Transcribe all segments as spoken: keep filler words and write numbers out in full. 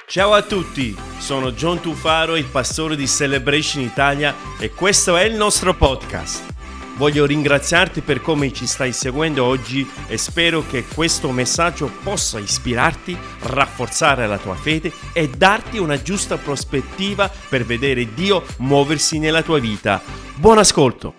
Ciao a tutti, sono John Tufaro, il pastore di Celebration Italia e questo è il nostro podcast. Voglio ringraziarti per come ci stai seguendo oggi e spero che questo messaggio possa ispirarti, rafforzare la tua fede e darti una giusta prospettiva per vedere Dio muoversi nella tua vita. Buon ascolto!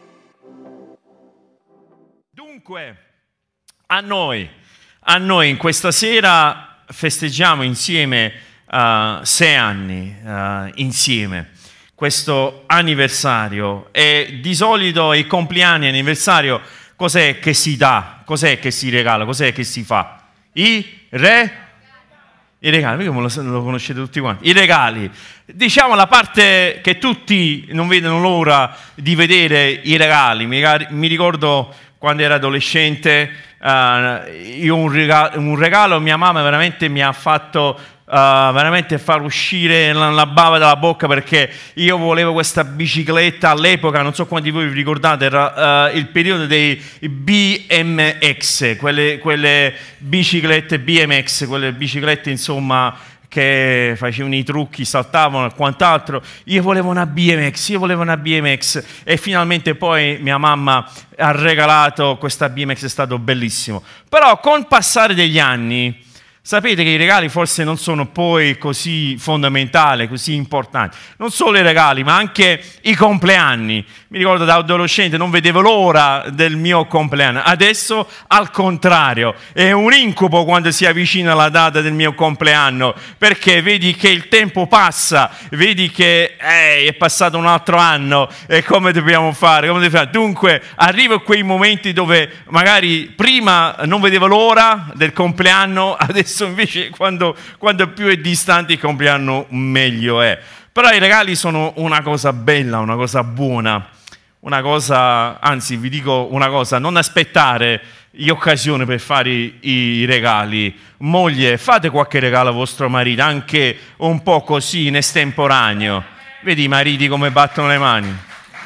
Dunque, a noi, a noi in questa sera festeggiamo insieme uh, sei anni uh, insieme. Questo anniversario, e di solito i compleanni, anniversario, cos'è che si dà? Cos'è che si regala? Cos'è che si fa? I re? I regali, come lo, lo conoscete tutti quanti? I regali. Diciamo la parte che tutti non vedono l'ora di vedere i regali. Mi, mi ricordo quando ero adolescente, uh, io un regalo, un regalo, mia mamma veramente mi ha fatto Uh, veramente far uscire la, la bava dalla bocca, perché io volevo questa bicicletta all'epoca, non so quanti di voi vi ricordate, era uh, il periodo dei B M X, quelle, quelle biciclette B M X, quelle biciclette insomma che facevano i trucchi, saltavano e quant'altro. Io volevo una B M X, io volevo una B M X e finalmente poi mia mamma ha regalato questa B M X, è stato bellissimo. Però con passare degli anni sapete che i regali forse non sono poi così fondamentali, così importanti. Non solo i regali, ma anche i compleanni. Mi ricordo da adolescente non vedevo l'ora del mio compleanno. Adesso al contrario, è un incubo quando si avvicina la data del mio compleanno, perché vedi che il tempo passa, vedi che eh, è passato un altro anno e come dobbiamo fare? Come dobbiamo fare? Dunque arrivo a quei momenti dove magari prima non vedevo l'ora del compleanno, adesso invece quando, quando più è distante il compleanno meglio è. Però i regali sono una cosa bella, una cosa buona, una cosa, anzi vi dico una cosa, non aspettare l'occasione per fare i, i regali. Moglie, fate qualche regalo a vostro marito, anche un po' così in estemporaneo. Vedi i mariti come battono le mani.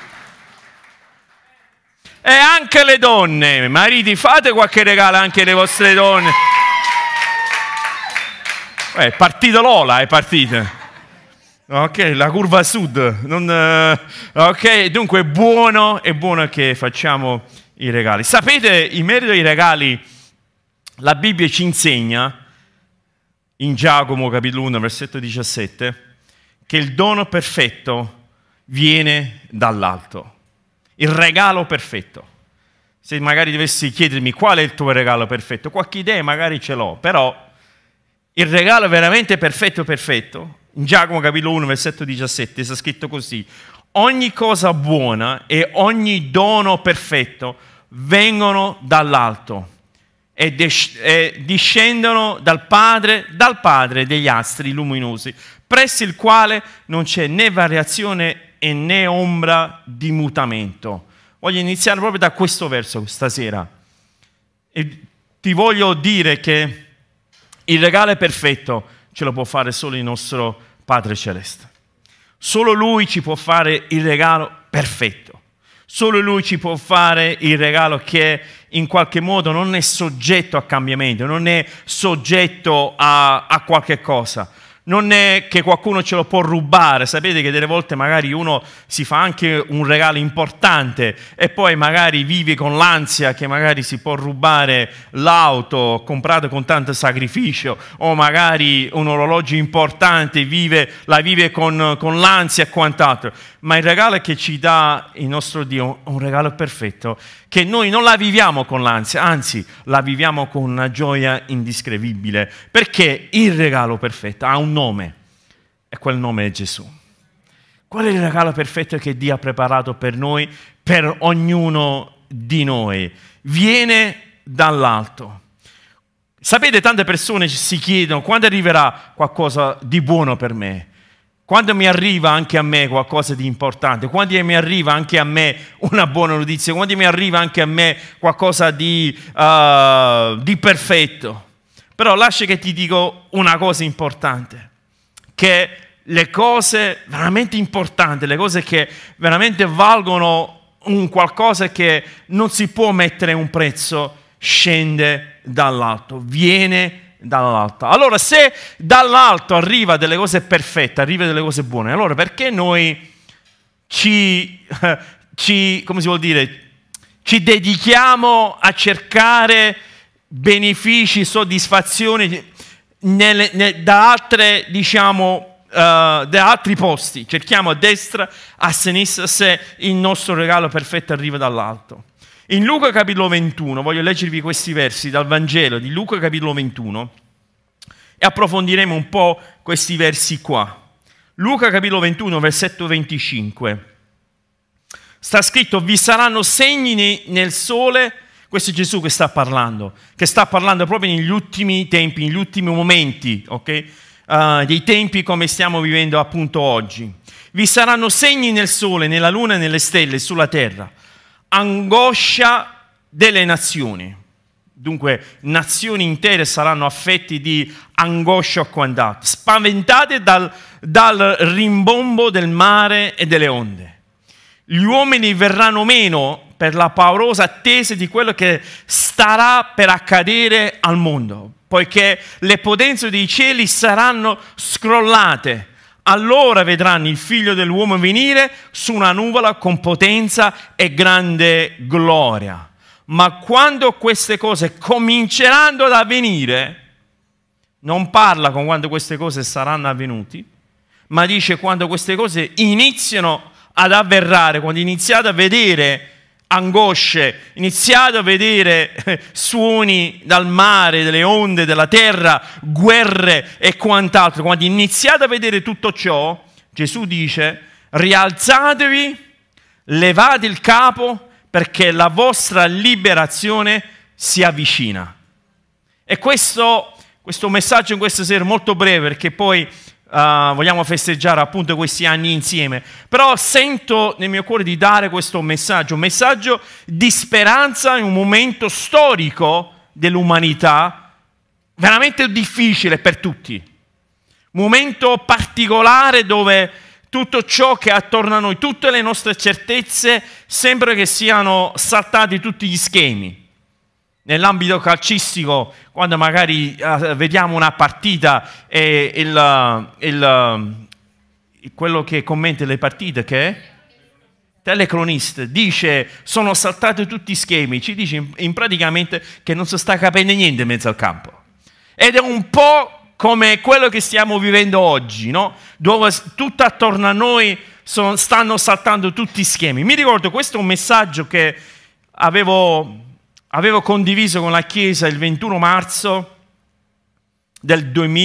E anche le donne, mariti, fate qualche regalo anche alle vostre donne. È partito Lola, è partita. Ok, la curva sud. Non, uh, ok, dunque è buono, è buono che facciamo i regali. Sapete, in merito ai regali, la Bibbia ci insegna, in Giacomo capitolo uno, versetto diciassette, che il dono perfetto viene dall'alto. Il regalo perfetto. Se magari dovessi chiedermi qual è il tuo regalo perfetto, qualche idea magari ce l'ho, però il regalo veramente perfetto perfetto, in Giacomo capitolo uno, versetto diciassette, sta scritto così: ogni cosa buona e ogni dono perfetto vengono dall'alto e, des- e discendono dal Padre, dal Padre degli astri luminosi, presso il quale non c'è né variazione e né ombra di mutamento. Voglio iniziare proprio da questo verso stasera e ti voglio dire che il regalo perfetto ce lo può fare solo il nostro Padre Celeste. Solo Lui ci può fare il regalo perfetto. Solo Lui ci può fare il regalo che in qualche modo non è soggetto a cambiamento, non è soggetto a, a qualche cosa. Non è che qualcuno ce lo può rubare. Sapete che delle volte magari uno si fa anche un regalo importante e poi magari vive con l'ansia che magari si può rubare l'auto comprata con tanto sacrificio, o magari un orologio importante, vive, la vive con, con l'ansia e quant'altro. Ma il regalo che ci dà il nostro Dio è un regalo perfetto, che noi non la viviamo con l'ansia, anzi la viviamo con una gioia indescrivibile, perché il regalo perfetto ha un nome e quel nome è Gesù. Qual è il regalo perfetto che Dio ha preparato per noi, per ognuno di noi? Viene dall'alto. Sapete, tante persone si chiedono quando arriverà qualcosa di buono per me. Quando mi arriva anche a me qualcosa di importante, quando mi arriva anche a me una buona notizia, quando mi arriva anche a me qualcosa di, uh, di perfetto. Però lascia che ti dico una cosa importante, che le cose veramente importanti, le cose che veramente valgono un qualcosa che non si può mettere un prezzo, scende dall'alto, viene dall'alto. Allora, se dall'alto arriva delle cose perfette, arriva delle cose buone, allora perché noi ci, ci come si vuol dire, ci dedichiamo a cercare benefici, soddisfazioni nelle, nelle, da altre, diciamo, uh, da altri posti? Cerchiamo a destra, a sinistra, se il nostro regalo perfetto arriva dall'alto. In Luca capitolo ventuno, voglio leggervi questi versi dal Vangelo di Luca capitolo ventuno e approfondiremo un po' questi versi qua. Luca capitolo ventuno, versetto venticinque. Sta scritto: vi saranno segni nel sole. Questo è Gesù che sta parlando, che sta parlando proprio negli ultimi tempi, negli ultimi momenti, ok? Uh, dei tempi come stiamo vivendo appunto oggi. Vi saranno segni nel sole, nella luna e nelle stelle, sulla terra. Angoscia delle nazioni. Dunque, nazioni intere saranno affetti di angoscia o quant'altro, spaventate dal, dal rimbombo del mare e delle onde. Gli uomini verranno meno per la paurosa attesa di quello che starà per accadere al mondo, poiché le potenze dei cieli saranno scrollate. Allora vedranno il Figlio dell'uomo venire su una nuvola con potenza e grande gloria. Ma quando queste cose cominceranno ad avvenire, non parla con quando queste cose saranno avvenuti, ma dice quando queste cose iniziano ad avverrare, quando iniziate a vedere angosce, iniziate a vedere suoni dal mare, delle onde, della terra, guerre e quant'altro, quando iniziate a vedere tutto ciò, Gesù dice: rialzatevi, levate il capo, perché la vostra liberazione si avvicina. E questo, questo messaggio in questa sera è molto breve, perché poi uh, vogliamo festeggiare appunto questi anni insieme, però sento nel mio cuore di dare questo messaggio, un messaggio di speranza in un momento storico dell'umanità veramente difficile per tutti, un momento particolare dove tutto ciò che è attorno a noi, tutte le nostre certezze, sembra che siano saltati tutti gli schemi. Nell'ambito calcistico, quando magari uh, vediamo una partita e il, uh, il, uh, quello che commenta le partite, che è? Telecronista, dice sono saltati tutti gli schemi, ci dice in, in praticamente che non si sta capendo niente in mezzo al campo. Ed è un po' come quello che stiamo vivendo oggi, no? Dove tutto attorno a noi sono, stanno saltando tutti i schemi. Mi ricordo, questo è un messaggio che avevo, avevo condiviso con la Chiesa il ventuno marzo del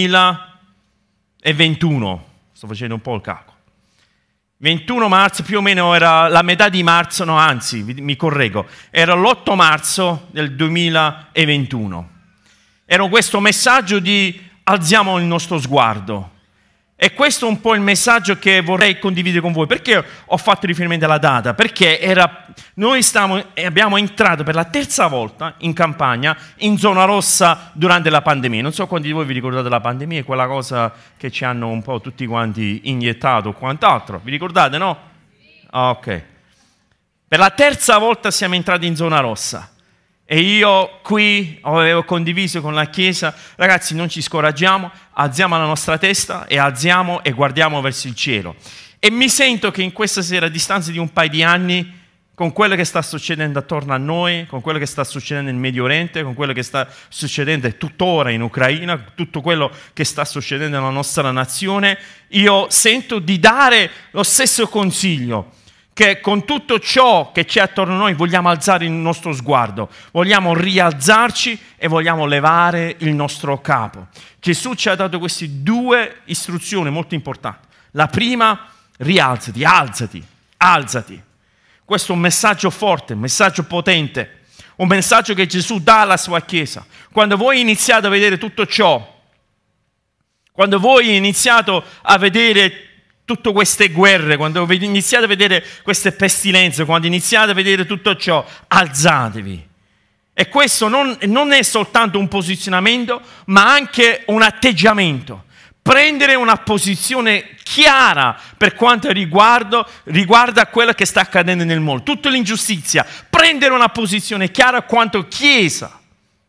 duemilaventuno. Sto facendo un po' il calcolo. ventuno marzo, più o meno era la metà di marzo, no anzi, mi correggo, era l'otto marzo del duemilaventuno. Era questo messaggio di alziamo il nostro sguardo. E questo è un po' il messaggio che vorrei condividere con voi. Perché ho fatto riferimento alla data? Perché era, noi stiamo, abbiamo entrato per la terza volta in campagna in zona rossa durante la pandemia. Non so quanti di voi vi ricordate la pandemia, è quella cosa che ci hanno un po' tutti quanti iniettato o quant'altro. Vi ricordate, no? Ok. Per la terza volta siamo entrati in zona rossa. E io qui avevo condiviso con la Chiesa: ragazzi, non ci scoraggiamo, alziamo la nostra testa e alziamo e guardiamo verso il cielo. E mi sento che in questa sera, a distanza di un paio di anni, con quello che sta succedendo attorno a noi, con quello che sta succedendo nel Medio Oriente, con quello che sta succedendo tuttora in Ucraina, tutto quello che sta succedendo nella nostra nazione, io sento di dare lo stesso consiglio, che con tutto ciò che c'è attorno a noi vogliamo alzare il nostro sguardo, vogliamo rialzarci e vogliamo levare il nostro capo. Gesù ci ha dato queste due istruzioni molto importanti. La prima: rialzati, alzati, alzati. Questo è un messaggio forte, un messaggio potente, un messaggio che Gesù dà alla sua Chiesa. Quando voi iniziate a vedere tutto ciò, quando voi iniziate a vedere tutte queste guerre, quando iniziate a vedere queste pestilenze, quando iniziate a vedere tutto ciò, alzatevi. E questo non, non è soltanto un posizionamento, ma anche un atteggiamento. Prendere una posizione chiara per quanto riguarda, riguarda quello che sta accadendo nel mondo, tutta l'ingiustizia. Prendere una posizione chiara quanto Chiesa,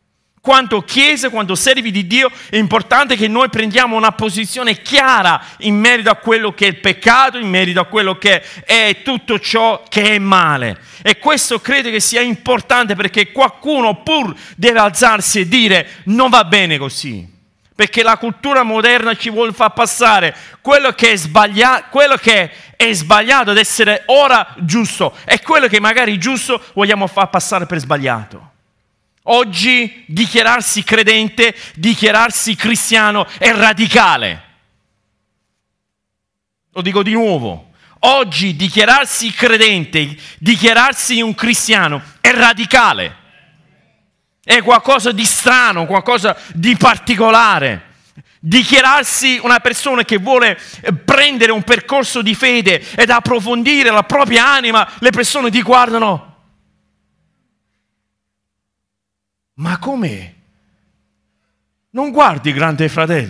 quanto Chiesa, quanto servi di Dio, è importante che noi prendiamo una posizione chiara in merito a quello che è il peccato, in merito a quello che è tutto ciò che è male. E questo credo che sia importante, perché qualcuno pur deve alzarsi e dire non va bene così. Perché la cultura moderna ci vuole far passare quello che è sbagliato, quello che è sbagliato ad essere ora giusto, e quello che magari giusto vogliamo far passare per sbagliato. Oggi dichiararsi credente, dichiararsi cristiano è radicale. Lo dico di nuovo. Oggi dichiararsi credente, dichiararsi un cristiano è radicale. È qualcosa di strano, qualcosa di particolare. Dichiararsi una persona che vuole prendere un percorso di fede ed approfondire la propria anima, le persone ti guardano. Ma come? Non guardi Grande Fratello?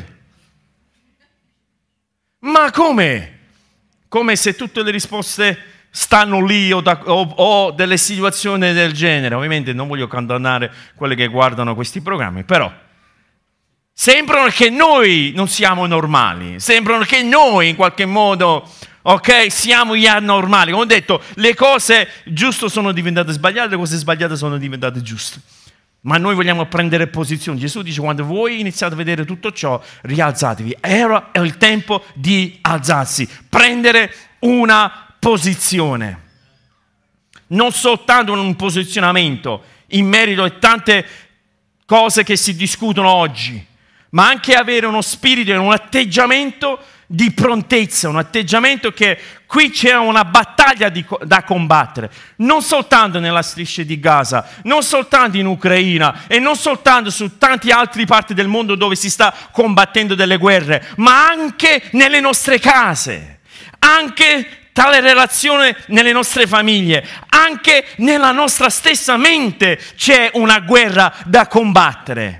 Ma come? Come se tutte le risposte stanno lì o, da, o, o delle situazioni del genere. Ovviamente non voglio condannare quelli che guardano questi programmi, però sembrano che noi non siamo normali, sembrano che noi in qualche modo, ok, siamo gli anormali. Come ho detto, le cose giuste sono diventate sbagliate, le cose sbagliate sono diventate giuste. Ma noi vogliamo prendere posizione. Gesù dice: quando voi iniziate a vedere tutto ciò, rialzatevi. Era il tempo di alzarsi, prendere una posizione, non soltanto un posizionamento in merito a tante cose che si discutono oggi, ma anche avere uno spirito e un atteggiamento di prontezza, un atteggiamento che qui c'è una battaglia di, da combattere, non soltanto nella striscia di Gaza, non soltanto in Ucraina e non soltanto su tante altre parti del mondo dove si sta combattendo delle guerre, ma anche nelle nostre case, anche tale relazione nelle nostre famiglie, anche nella nostra stessa mente c'è una guerra da combattere.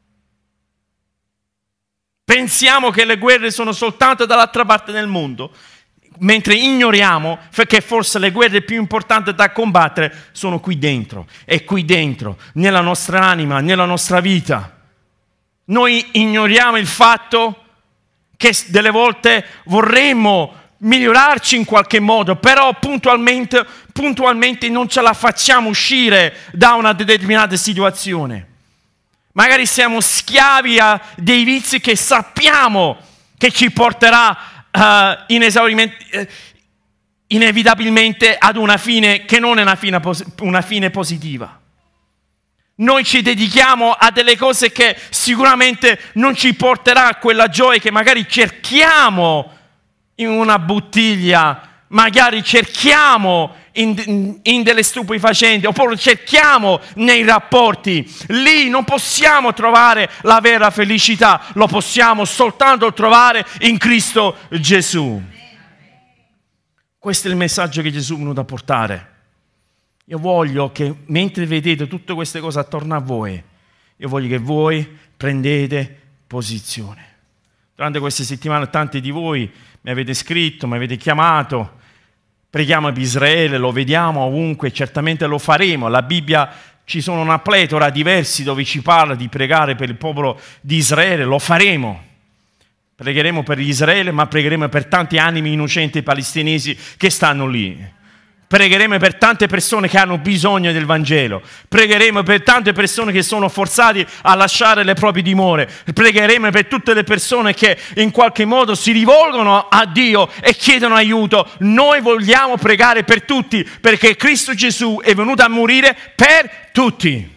Pensiamo che le guerre sono soltanto dall'altra parte del mondo, mentre ignoriamo che forse le guerre più importanti da combattere sono qui dentro, e qui dentro, nella nostra anima, nella nostra vita. Noi ignoriamo il fatto che delle volte vorremmo migliorarci in qualche modo, però puntualmente, puntualmente non ce la facciamo uscire da una determinata situazione. Magari siamo schiavi a dei vizi che sappiamo che ci porterà uh, inesaurimento, uh, inevitabilmente ad una fine che non è una fine, pos- una fine positiva. Noi ci dedichiamo a delle cose che sicuramente non ci porterà a quella gioia che magari cerchiamo in una bottiglia, magari cerchiamo in, in, in delle stupefacenti, oppure cerchiamo nei rapporti. Lì non possiamo trovare la vera felicità, lo possiamo soltanto trovare in Cristo Gesù. Questo è il messaggio che Gesù è venuto a portare. Io voglio che mentre vedete tutte queste cose attorno a voi, io voglio che voi prendete posizione. Durante queste settimane tanti di voi mi avete scritto, mi avete chiamato, preghiamo per Israele, lo vediamo ovunque, certamente lo faremo. La Bibbia, ci sono una pletora di versi dove ci parla di pregare per il popolo di Israele, lo faremo. Pregheremo per Israele, ma pregheremo per tanti animi innocenti palestinesi che stanno lì. Pregheremo per tante persone che hanno bisogno del Vangelo. Pregheremo per tante persone che sono forzati a lasciare le proprie dimore. Pregheremo per tutte le persone che in qualche modo si rivolgono a Dio e chiedono aiuto. Noi vogliamo pregare per tutti, perché Cristo Gesù è venuto a morire per tutti.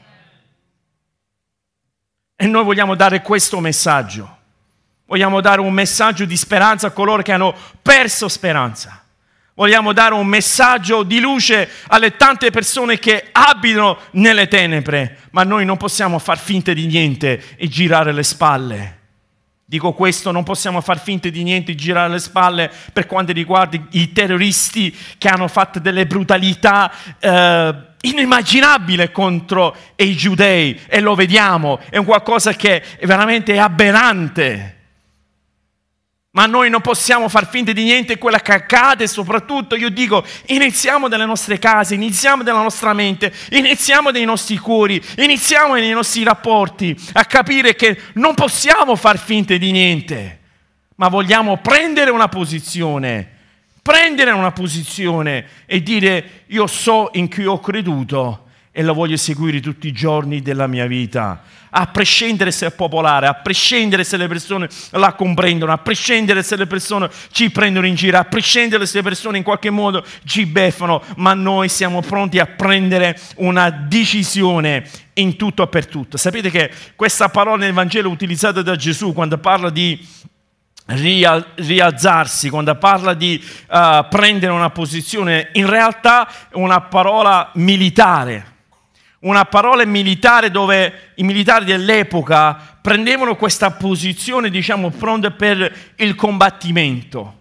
E noi vogliamo dare questo messaggio. Vogliamo dare un messaggio di speranza a coloro che hanno perso speranza. Vogliamo dare un messaggio di luce alle tante persone che abitano nelle tenebre, ma noi non possiamo far finta di niente e girare le spalle. Dico questo, non possiamo far finta di niente e girare le spalle per quanto riguarda i terroristi che hanno fatto delle brutalità eh, inimmaginabili contro i giudei, e lo vediamo, è un qualcosa che è veramente aberrante. Ma noi non possiamo far finta di niente, quello che accade, soprattutto io dico, iniziamo dalle nostre case, iniziamo dalla nostra mente, iniziamo dai nostri cuori, iniziamo nei nostri rapporti a capire che non possiamo far finta di niente, ma vogliamo prendere una posizione, prendere una posizione e dire io so in chi ho creduto e lo voglio seguire tutti i giorni della mia vita. A prescindere se è popolare, a prescindere se le persone la comprendono, a prescindere se le persone ci prendono in giro, a prescindere se le persone in qualche modo ci beffano, ma noi siamo pronti a prendere una decisione in tutto e per tutto. Sapete che questa parola nel Vangelo utilizzata da Gesù quando parla di rialzarsi, quando parla di uh, prendere una posizione, in realtà è una parola militare. Una parola militare dove i militari dell'epoca prendevano questa posizione, diciamo, pronta per il combattimento.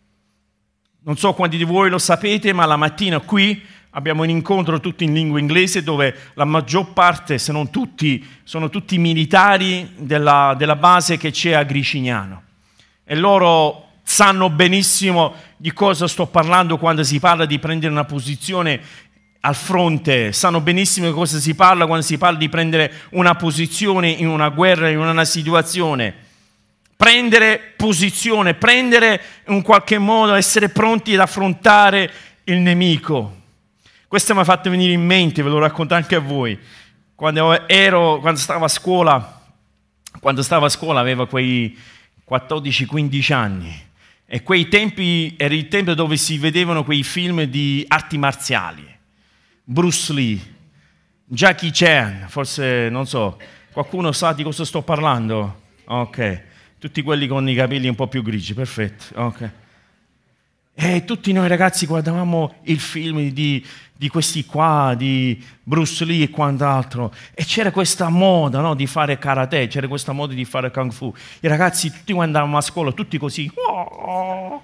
Non so quanti di voi lo sapete, ma la mattina qui abbiamo un incontro tutto in lingua inglese dove la maggior parte, se non tutti, sono tutti militari della, della base che c'è a Gricignano. E loro sanno benissimo di cosa sto parlando quando si parla di prendere una posizione al fronte, sanno benissimo di cosa si parla quando si parla di prendere una posizione in una guerra, in una situazione. Prendere posizione, prendere in qualche modo, essere pronti ad affrontare il nemico. Questo mi ha fatto venire in mente, ve lo racconto anche a voi. Quando ero, quando stavo a scuola, quando stavo a scuola avevo quei quattordici quindici anni e quei tempi era il tempo dove si vedevano quei film di arti marziali. Bruce Lee, Jackie Chan, forse non so, qualcuno sa di cosa sto parlando? Ok, tutti quelli con i capelli un po' più grigi, perfetto, ok. E tutti noi ragazzi guardavamo il film di, di questi qua, di Bruce Lee e quant'altro, e c'era questa moda, no, di fare karate, c'era questa moda di fare kung fu. I ragazzi tutti quando andavamo a scuola, tutti così, oh,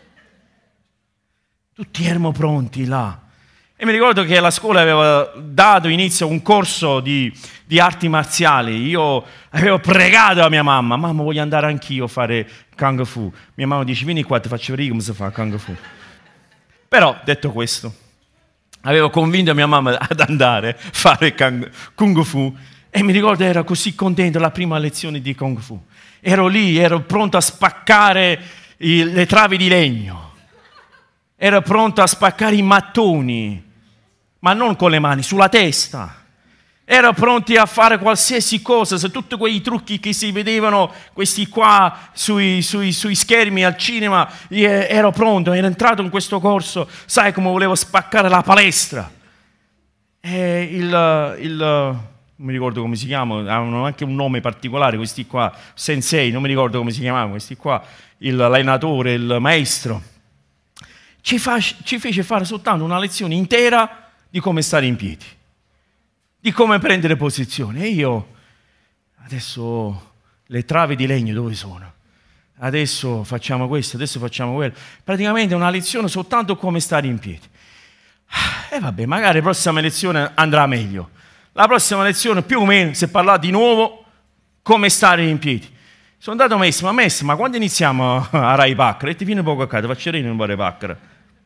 tutti erano pronti là. E mi ricordo che la scuola aveva dato inizio a un corso di, di arti marziali. Io avevo pregato a mia mamma, mamma voglio andare anch'io a fare Kung Fu. Mia mamma dice, vieni qua, ti faccio vedere come si fa Kung Fu. Però, detto questo, avevo convinto mia mamma ad andare a fare Kung Fu e mi ricordo ero così contento la prima lezione di Kung Fu. Ero lì, ero pronto a spaccare i, le travi di legno. Ero pronto a spaccare i mattoni. Ma non con le mani, sulla testa. Ero pronti a fare qualsiasi cosa, se tutti quei trucchi che si vedevano, questi qua sui, sui, sui schermi al cinema, ero pronto, ero entrato in questo corso, sai come volevo spaccare la palestra. E il, il non mi ricordo come si chiamano, avevano anche un nome particolare questi qua, sensei, non mi ricordo come si chiamavano questi qua, il, l'allenatore, il maestro, ci, fa, ci fece fare soltanto una lezione intera di come stare in piedi, di come prendere posizione. E io, adesso le travi di legno dove sono? Adesso facciamo questo, adesso facciamo quello. Praticamente una lezione soltanto come stare in piedi. E vabbè, magari la prossima lezione andrà meglio. La prossima lezione più o meno si parlerà di nuovo come stare in piedi. Sono andato a Messi, ma Messi, ma quando iniziamo a Rai Paccara? E ti viene poco a casa, faccio vedere in Rai Paccara.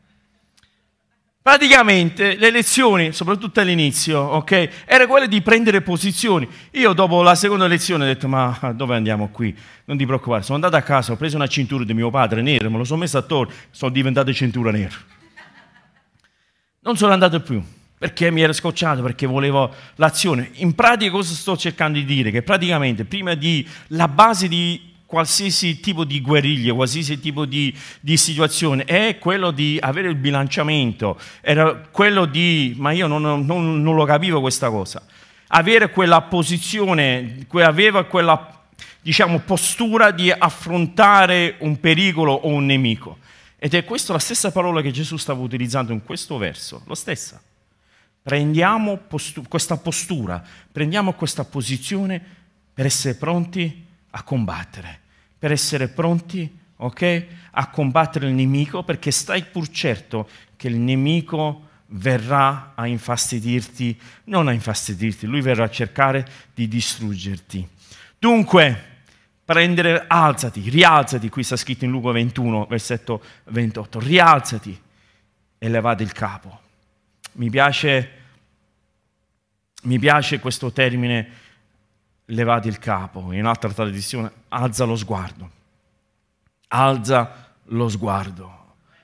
Praticamente le lezioni, soprattutto all'inizio, ok, era quella di prendere posizioni. Io dopo la seconda lezione ho detto, ma dove andiamo qui? Non ti preoccupare, sono andato a casa, ho preso una cintura di mio padre nera, me lo sono messa attorno, sono diventato cintura nera. Non sono andato più, perché mi ero scocciato, perché volevo l'azione. In pratica cosa sto cercando di dire? Che praticamente prima di la base di qualsiasi tipo di guerriglia, qualsiasi tipo di, di situazione, è quello di avere il bilanciamento, era quello di, ma io non, non, non lo capivo questa cosa, avere quella posizione, aveva quella, diciamo, postura di affrontare un pericolo o un nemico. Ed è questa la stessa parola che Gesù stava utilizzando in questo verso, lo stessa. Prendiamo postu- questa postura, prendiamo questa posizione per essere pronti a combattere, per essere pronti, ok, a combattere il nemico, perché stai pur certo che il nemico verrà a infastidirti, non a infastidirti, lui verrà a cercare di distruggerti. Dunque, prendere, alzati, rialzati, qui sta scritto in Luca ventuno, versetto ventotto, rialzati e levate il capo. Mi piace, mi piace questo termine, levate il capo, in un'altra tradizione, alza lo sguardo, alza lo sguardo.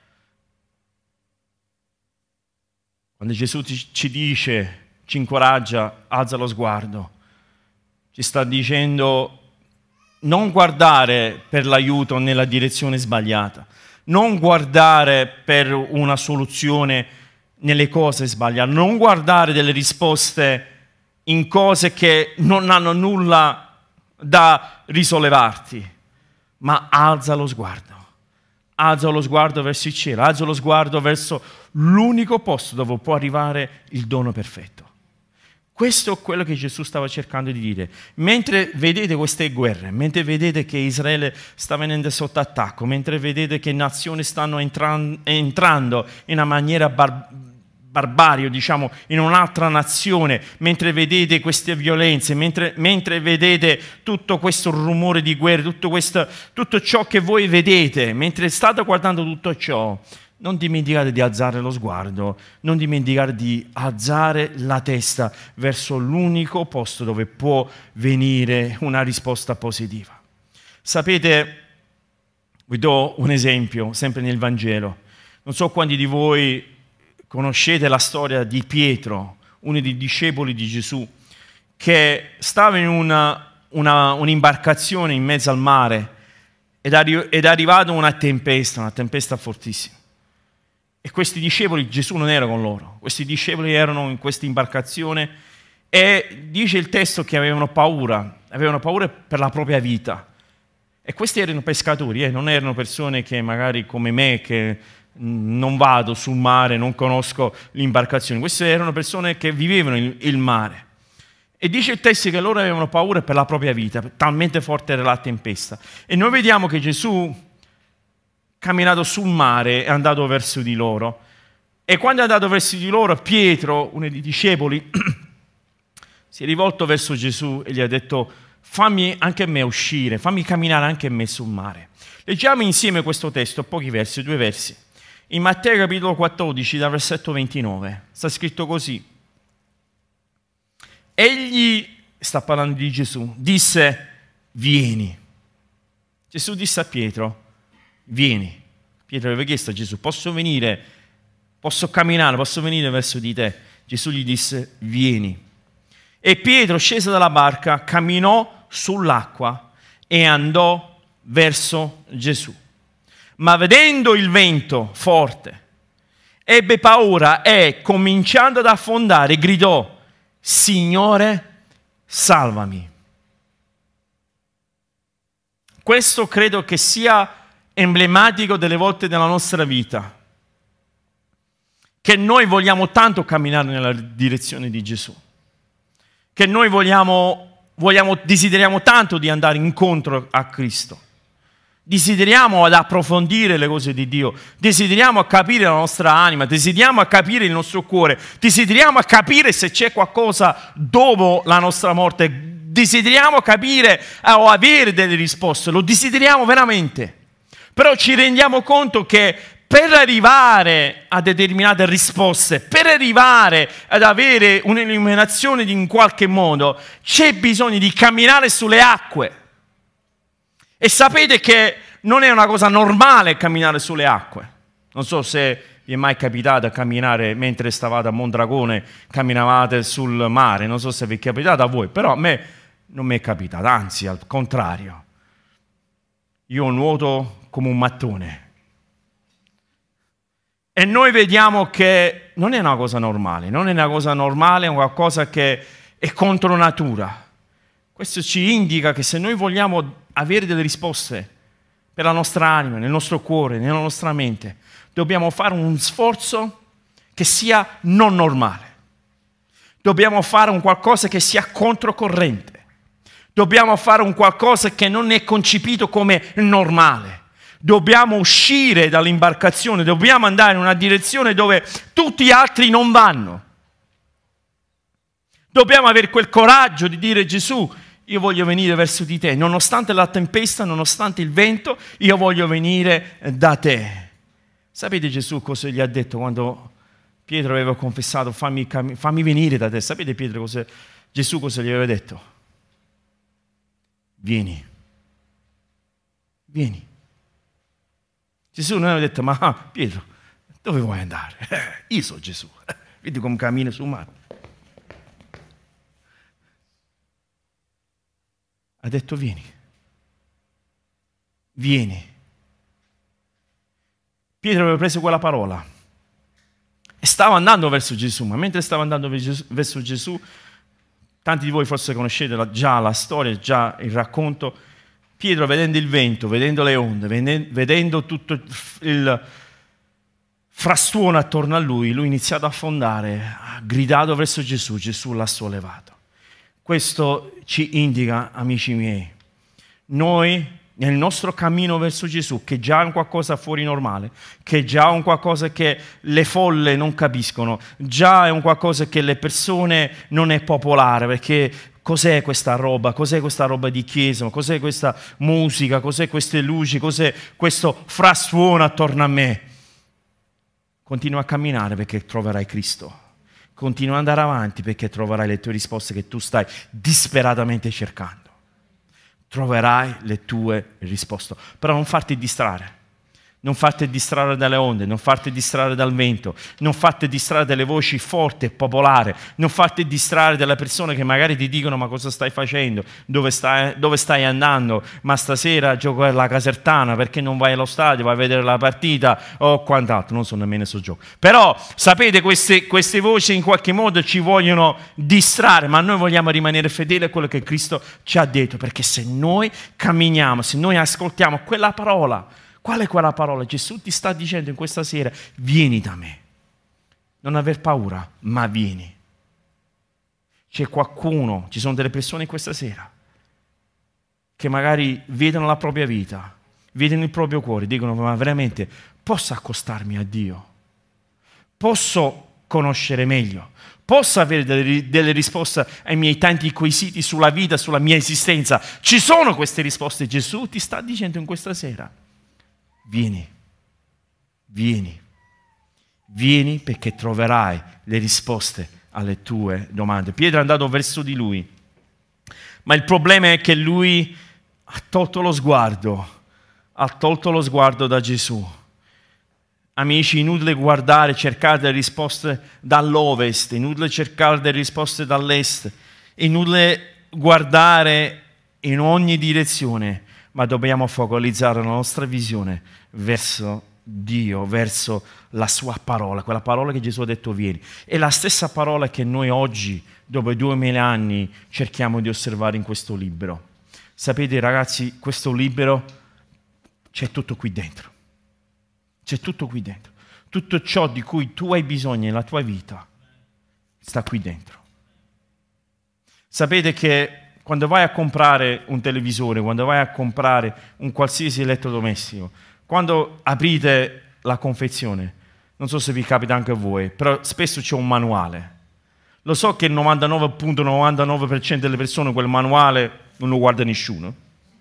Quando Gesù ci dice, ci incoraggia, alza lo sguardo, ci sta dicendo non guardare per l'aiuto nella direzione sbagliata, non guardare per una soluzione nelle cose sbagliate, non guardare delle risposte in cose che non hanno nulla da risollevarti, ma alza lo sguardo. Alza lo sguardo verso il cielo, alza lo sguardo verso l'unico posto dove può arrivare il dono perfetto. Questo è quello che Gesù stava cercando di dire. Mentre vedete queste guerre, mentre vedete che Israele sta venendo sotto attacco, mentre vedete che nazioni stanno entran- entrando in una maniera bar- barbario, diciamo, in un'altra nazione, mentre vedete queste violenze, mentre, mentre vedete tutto questo rumore di guerra, tutto, questo, tutto ciò che voi vedete, mentre state guardando tutto ciò, non dimenticate di alzare lo sguardo, non dimenticate di alzare la testa verso l'unico posto dove può venire una risposta positiva. Sapete, vi do un esempio, sempre nel Vangelo. Non so quanti di voi conoscete la storia di Pietro, uno dei discepoli di Gesù, che stava in una, una, un'imbarcazione in mezzo al mare ed è arrivata una tempesta, una tempesta fortissima. E questi discepoli, Gesù non era con loro, questi discepoli erano in questa imbarcazione e dice il testo che avevano paura, avevano paura per la propria vita. E questi erano pescatori, eh? Non erano persone che magari come me, che non vado sul mare, non conosco l'imbarcazione. Queste erano persone che vivevano il, il mare. E dice il testo che loro avevano paura per la propria vita, talmente forte era la tempesta. E noi vediamo che Gesù, camminato sul mare, è andato verso di loro. E quando è andato verso di loro, Pietro, uno dei discepoli, si è rivolto verso Gesù e gli ha detto: fammi anche me uscire, fammi camminare anche me sul mare. Leggiamo insieme questo testo, pochi versi, due versi. In Matteo capitolo quattordici, dal versetto ventinove, sta scritto così. Egli, sta parlando di Gesù, disse: vieni. Gesù disse a Pietro: vieni. Pietro aveva chiesto a Gesù: posso venire, posso camminare, posso venire verso di te? Gesù gli disse: vieni. E Pietro, sceso dalla barca, camminò sull'acqua e andò verso Gesù. Ma vedendo il vento forte, ebbe paura e, cominciando ad affondare, gridò: Signore, salvami. Questo credo che sia emblematico delle volte della nostra vita, che noi vogliamo tanto camminare nella direzione di Gesù, che noi vogliamo, vogliamo, desideriamo tanto di andare incontro a Cristo, desideriamo ad approfondire le cose di Dio, desideriamo a capire la nostra anima, desideriamo a capire il nostro cuore, desideriamo a capire se c'è qualcosa dopo la nostra morte, desideriamo capire o avere delle risposte, lo desideriamo veramente. Però ci rendiamo conto che per arrivare a determinate risposte, per arrivare ad avere un'illuminazione in qualche modo, c'è bisogno di camminare sulle acque. E sapete che non è una cosa normale camminare sulle acque. Non so se vi è mai capitato a camminare mentre stavate a Mondragone, camminavate sul mare, non so se vi è capitato a voi, però a me non mi è capitato, anzi al contrario. Io nuoto come un mattone. E noi vediamo che non è una cosa normale, non è una cosa normale, è qualcosa che è contro natura. Questo ci indica che se noi vogliamo avere delle risposte per la nostra anima, nel nostro cuore, nella nostra mente, dobbiamo fare un sforzo che sia non normale. Dobbiamo fare un qualcosa che sia controcorrente. Dobbiamo fare un qualcosa che non è concepito come normale. Dobbiamo uscire dall'imbarcazione, dobbiamo andare in una direzione dove tutti gli altri non vanno. Dobbiamo avere quel coraggio di dire: Gesù, io voglio venire verso di te, nonostante la tempesta, nonostante il vento, io voglio venire da te. Sapete Gesù cosa gli ha detto quando Pietro aveva confessato fammi, fammi venire da te? Sapete Pietro cosa, Gesù cosa gli aveva detto? Vieni, vieni. Gesù non aveva detto, ma Pietro, dove vuoi andare? Eh, io sono Gesù, vedi come cammino sul mare. Ha detto vieni, vieni. Pietro aveva preso quella parola e stava andando verso Gesù, ma mentre stava andando verso Gesù, tanti di voi forse conoscete già la storia, già il racconto, Pietro vedendo il vento, vedendo le onde, vedendo tutto il frastuono attorno a lui, lui ha iniziato a affondare, ha gridato verso Gesù, Gesù l'ha sollevato. Questo ci indica, amici miei, noi nel nostro cammino verso Gesù, che già è un qualcosa fuori normale, che già è un qualcosa che le folle non capiscono, già è un qualcosa che le persone non è popolare, perché cos'è questa roba? Cos'è questa roba di chiesa? Cos'è questa musica? Cos'è queste luci? Cos'è questo frastuono attorno a me? Continua a camminare perché troverai Cristo. Continua ad andare avanti perché troverai le tue risposte che tu stai disperatamente cercando. Troverai le tue risposte. Però non farti distrarre. Non farti distrarre dalle onde, non farti distrarre dal vento, non farti distrarre dalle voci forti e popolari, non farti distrarre dalle persone che magari ti dicono ma cosa stai facendo, dove stai, dove stai andando, ma stasera gioco alla Casertana, perché non vai allo stadio, vai a vedere la partita o quant'altro, non so nemmeno sul gioco. Però sapete queste, queste voci in qualche modo ci vogliono distrarre, ma noi vogliamo rimanere fedeli a quello che Cristo ci ha detto, perché se noi camminiamo, se noi ascoltiamo quella parola, qual è quella parola? Gesù ti sta dicendo in questa sera, vieni da me. Non aver paura, ma vieni. C'è qualcuno, ci sono delle persone in questa sera che magari vedono la propria vita, vedono il proprio cuore, dicono, ma veramente posso accostarmi a Dio? Posso conoscere meglio? Posso avere delle, delle risposte ai miei tanti quesiti sulla vita, sulla mia esistenza? Ci sono queste risposte. Gesù ti sta dicendo in questa sera, vieni, vieni, vieni perché troverai le risposte alle tue domande. Pietro è andato verso di lui, ma il problema è che lui ha tolto lo sguardo, ha tolto lo sguardo da Gesù. Amici, inutile guardare, cercare delle risposte dall'ovest, inutile cercare delle risposte dall'est, inutile guardare in ogni direzione, ma dobbiamo focalizzare la nostra visione verso Dio, verso la sua parola, quella parola che Gesù ha detto vieni. È la stessa parola che noi oggi, dopo duemila anni, cerchiamo di osservare in questo libro. Sapete ragazzi, questo libro c'è tutto qui dentro. C'è tutto qui dentro. Tutto ciò di cui tu hai bisogno nella tua vita sta qui dentro. Sapete che quando vai a comprare un televisore, quando vai a comprare un qualsiasi elettrodomestico, quando aprite la confezione, non so se vi capita anche a voi, però spesso c'è un manuale. Lo so che il novantanove virgola novantanove per cento delle persone quel manuale non lo guarda nessuno.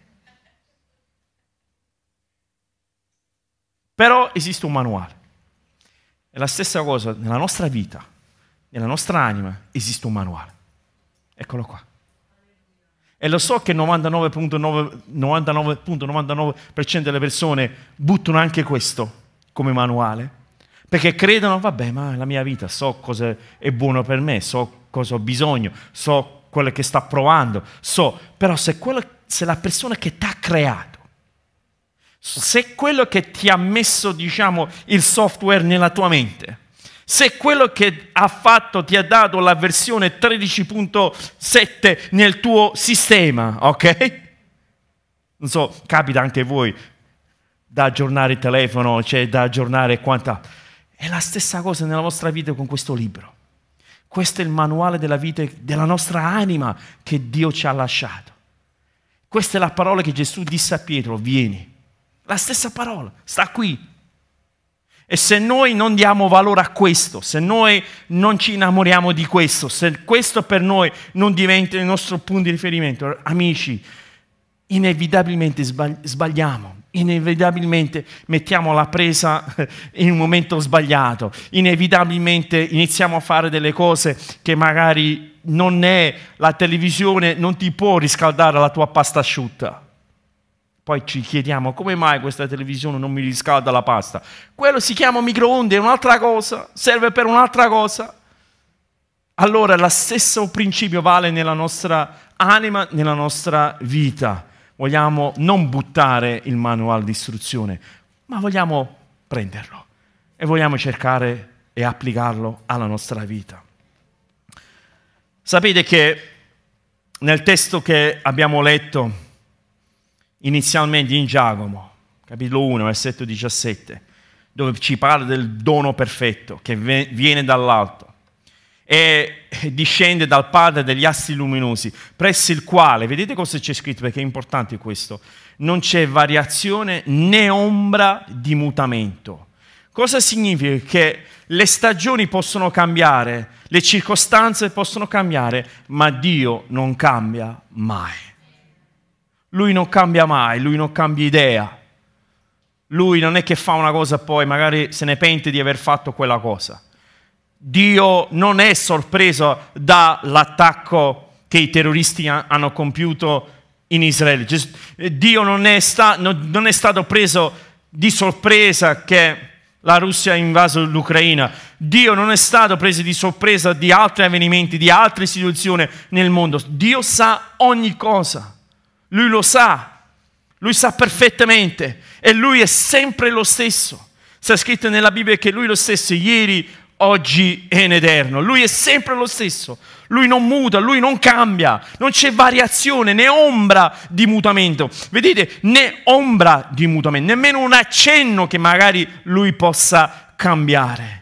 Però esiste un manuale. È la stessa cosa nella nostra vita, nella nostra anima, esiste un manuale. Eccolo qua. E lo so che il novantanove virgola novantanove per cento delle persone buttano anche questo come manuale, perché credono, vabbè, ma è la mia vita, so cosa è buono per me, so cosa ho bisogno, so quello che sta provando, so, però se, quello, se la persona che ti ha creato, se quello che ti ha messo, diciamo, il software nella tua mente, se quello che ha fatto ti ha dato la versione tredici punto sette nel tuo sistema, ok? Non so, capita anche a voi da aggiornare il telefono, cioè da aggiornare quant'altro. È la stessa cosa nella vostra vita con questo libro. Questo è il manuale della vita della nostra anima che Dio ci ha lasciato. Questa è la parola che Gesù disse a Pietro, vieni. La stessa parola, sta qui. E se noi non diamo valore a questo, se noi non ci innamoriamo di questo, se questo per noi non diventa il nostro punto di riferimento, amici, inevitabilmente sbagliamo, inevitabilmente mettiamo la presa in un momento sbagliato, inevitabilmente iniziamo a fare delle cose che magari non è la televisione, non ti può riscaldare la tua pasta asciutta. Poi ci chiediamo come mai questa televisione non mi riscalda la pasta. Quello si chiama microonde, è un'altra cosa, serve per un'altra cosa. Allora lo stesso principio vale nella nostra anima, nella nostra vita. Vogliamo non buttare il manuale di istruzione, ma vogliamo prenderlo e vogliamo cercare e applicarlo alla nostra vita. Sapete che nel testo che abbiamo letto inizialmente in Giacomo, capitolo uno, versetto diciassette, dove ci parla del dono perfetto che viene dall'alto e discende dal Padre degli astri luminosi, presso il quale, vedete cosa c'è scritto perché è importante questo, non c'è variazione né ombra di mutamento. Cosa significa? Che le stagioni possono cambiare, le circostanze possono cambiare, ma Dio non cambia mai. Lui non cambia mai, lui non cambia idea. Lui non è che fa una cosa e poi magari se ne pente di aver fatto quella cosa. Dio non è sorpreso dall'attacco che i terroristi hanno compiuto in Israele. Dio non è, sta, non è stato preso di sorpresa che la Russia ha invaso l'Ucraina. Dio non è stato preso di sorpresa di altri avvenimenti, di altre situazioni nel mondo. Dio sa ogni cosa. Lui lo sa, lui sa perfettamente e lui è sempre lo stesso. Sta scritto nella Bibbia che lui è lo stesso ieri, oggi e in eterno. Lui è sempre lo stesso. Lui non muta, lui non cambia, non c'è variazione né ombra di mutamento. Vedete, né ombra di mutamento, nemmeno un accenno che magari lui possa cambiare.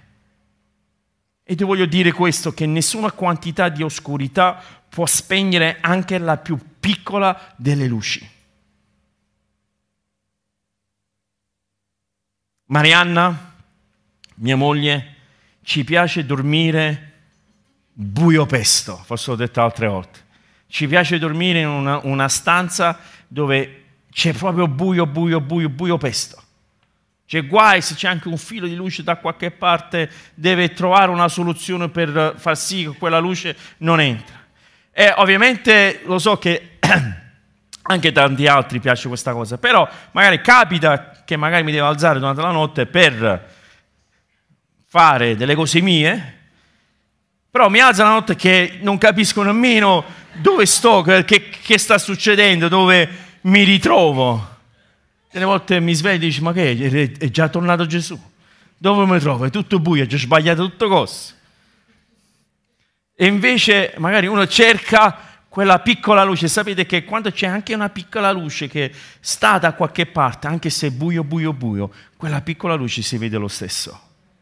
E ti voglio dire questo, che nessuna quantità di oscurità può spegnere anche la più piccola delle luci. Marianna, mia moglie, ci piace dormire buio pesto, forse l'ho detto altre volte. Ci piace dormire in una, una stanza dove c'è proprio buio, buio, buio, buio pesto. C'è guai se c'è anche un filo di luce da qualche parte, deve trovare una soluzione per far sì che quella luce non entra. E ovviamente lo so che anche tanti altri piace questa cosa, però magari capita che magari mi devo alzare durante la notte per fare delle cose mie, però mi alzo la notte che non capisco nemmeno dove sto, che, che sta succedendo, dove mi ritrovo. Delle volte mi sveglio e dico, ma che è? È già tornato Gesù? Dove mi trovo? È tutto buio, ho già sbagliato tutto cose. E invece magari uno cerca quella piccola luce. Sapete che quando c'è anche una piccola luce che sta da qualche parte, anche se è buio, buio, buio, quella piccola luce si vede lo stesso.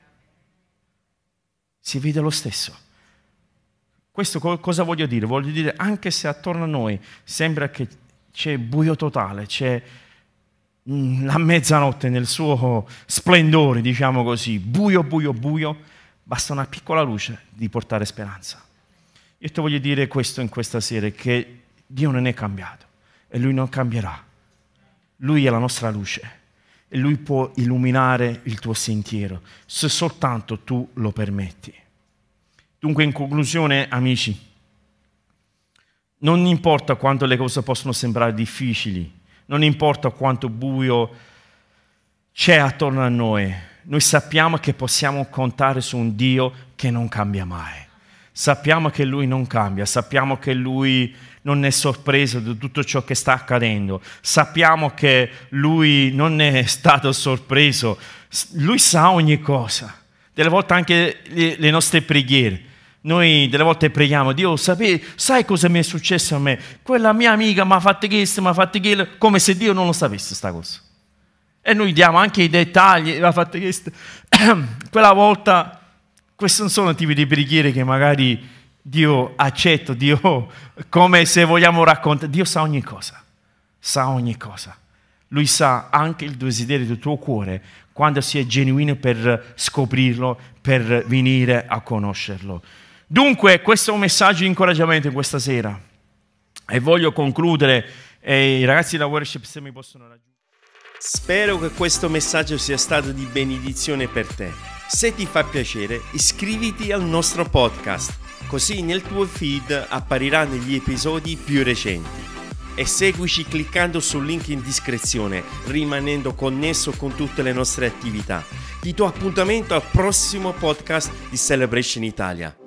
Si vede lo stesso. Questo cosa voglio dire? Voglio dire, anche se attorno a noi sembra che c'è buio totale, c'è la mezzanotte nel suo splendore, diciamo così, buio, buio, buio, basta una piccola luce di portare speranza. Io ti voglio dire questo in questa sera, che Dio non è cambiato e Lui non cambierà. Lui è la nostra luce e Lui può illuminare il tuo sentiero se soltanto tu lo permetti. Dunque, in conclusione, amici, non importa quanto le cose possono sembrare difficili, non importa quanto buio c'è attorno a noi, noi sappiamo che possiamo contare su un Dio che non cambia mai. Sappiamo che Lui non cambia, sappiamo che Lui non è sorpreso di tutto ciò che sta accadendo, sappiamo che Lui non è stato sorpreso, Lui sa ogni cosa. Delle volte anche le, le nostre preghiere. Noi delle volte preghiamo, Dio, sapevi, sai cosa mi è successo a me? Quella mia amica mi ha fatto questo, mi ha fatto quello, come se Dio non lo sapesse sta cosa. E noi diamo anche i dettagli, mi ha fatto questo. Quella volta, questi non sono tipi di preghiere che magari Dio accetta, Dio, come se vogliamo raccontare. Dio sa ogni cosa, sa ogni cosa. Lui sa anche il desiderio del tuo cuore quando si è genuino per scoprirlo, per venire a conoscerlo. Dunque, questo è un messaggio di incoraggiamento in questa sera. E voglio concludere, e i ragazzi della worship se mi possono raggiungere. Spero che questo messaggio sia stato di benedizione per te. Se ti fa piacere, iscriviti al nostro podcast, così nel tuo feed appariranno gli episodi più recenti. E seguici cliccando sul link in descrizione, rimanendo connesso con tutte le nostre attività. Ti do appuntamento al prossimo podcast di Celebration Italia.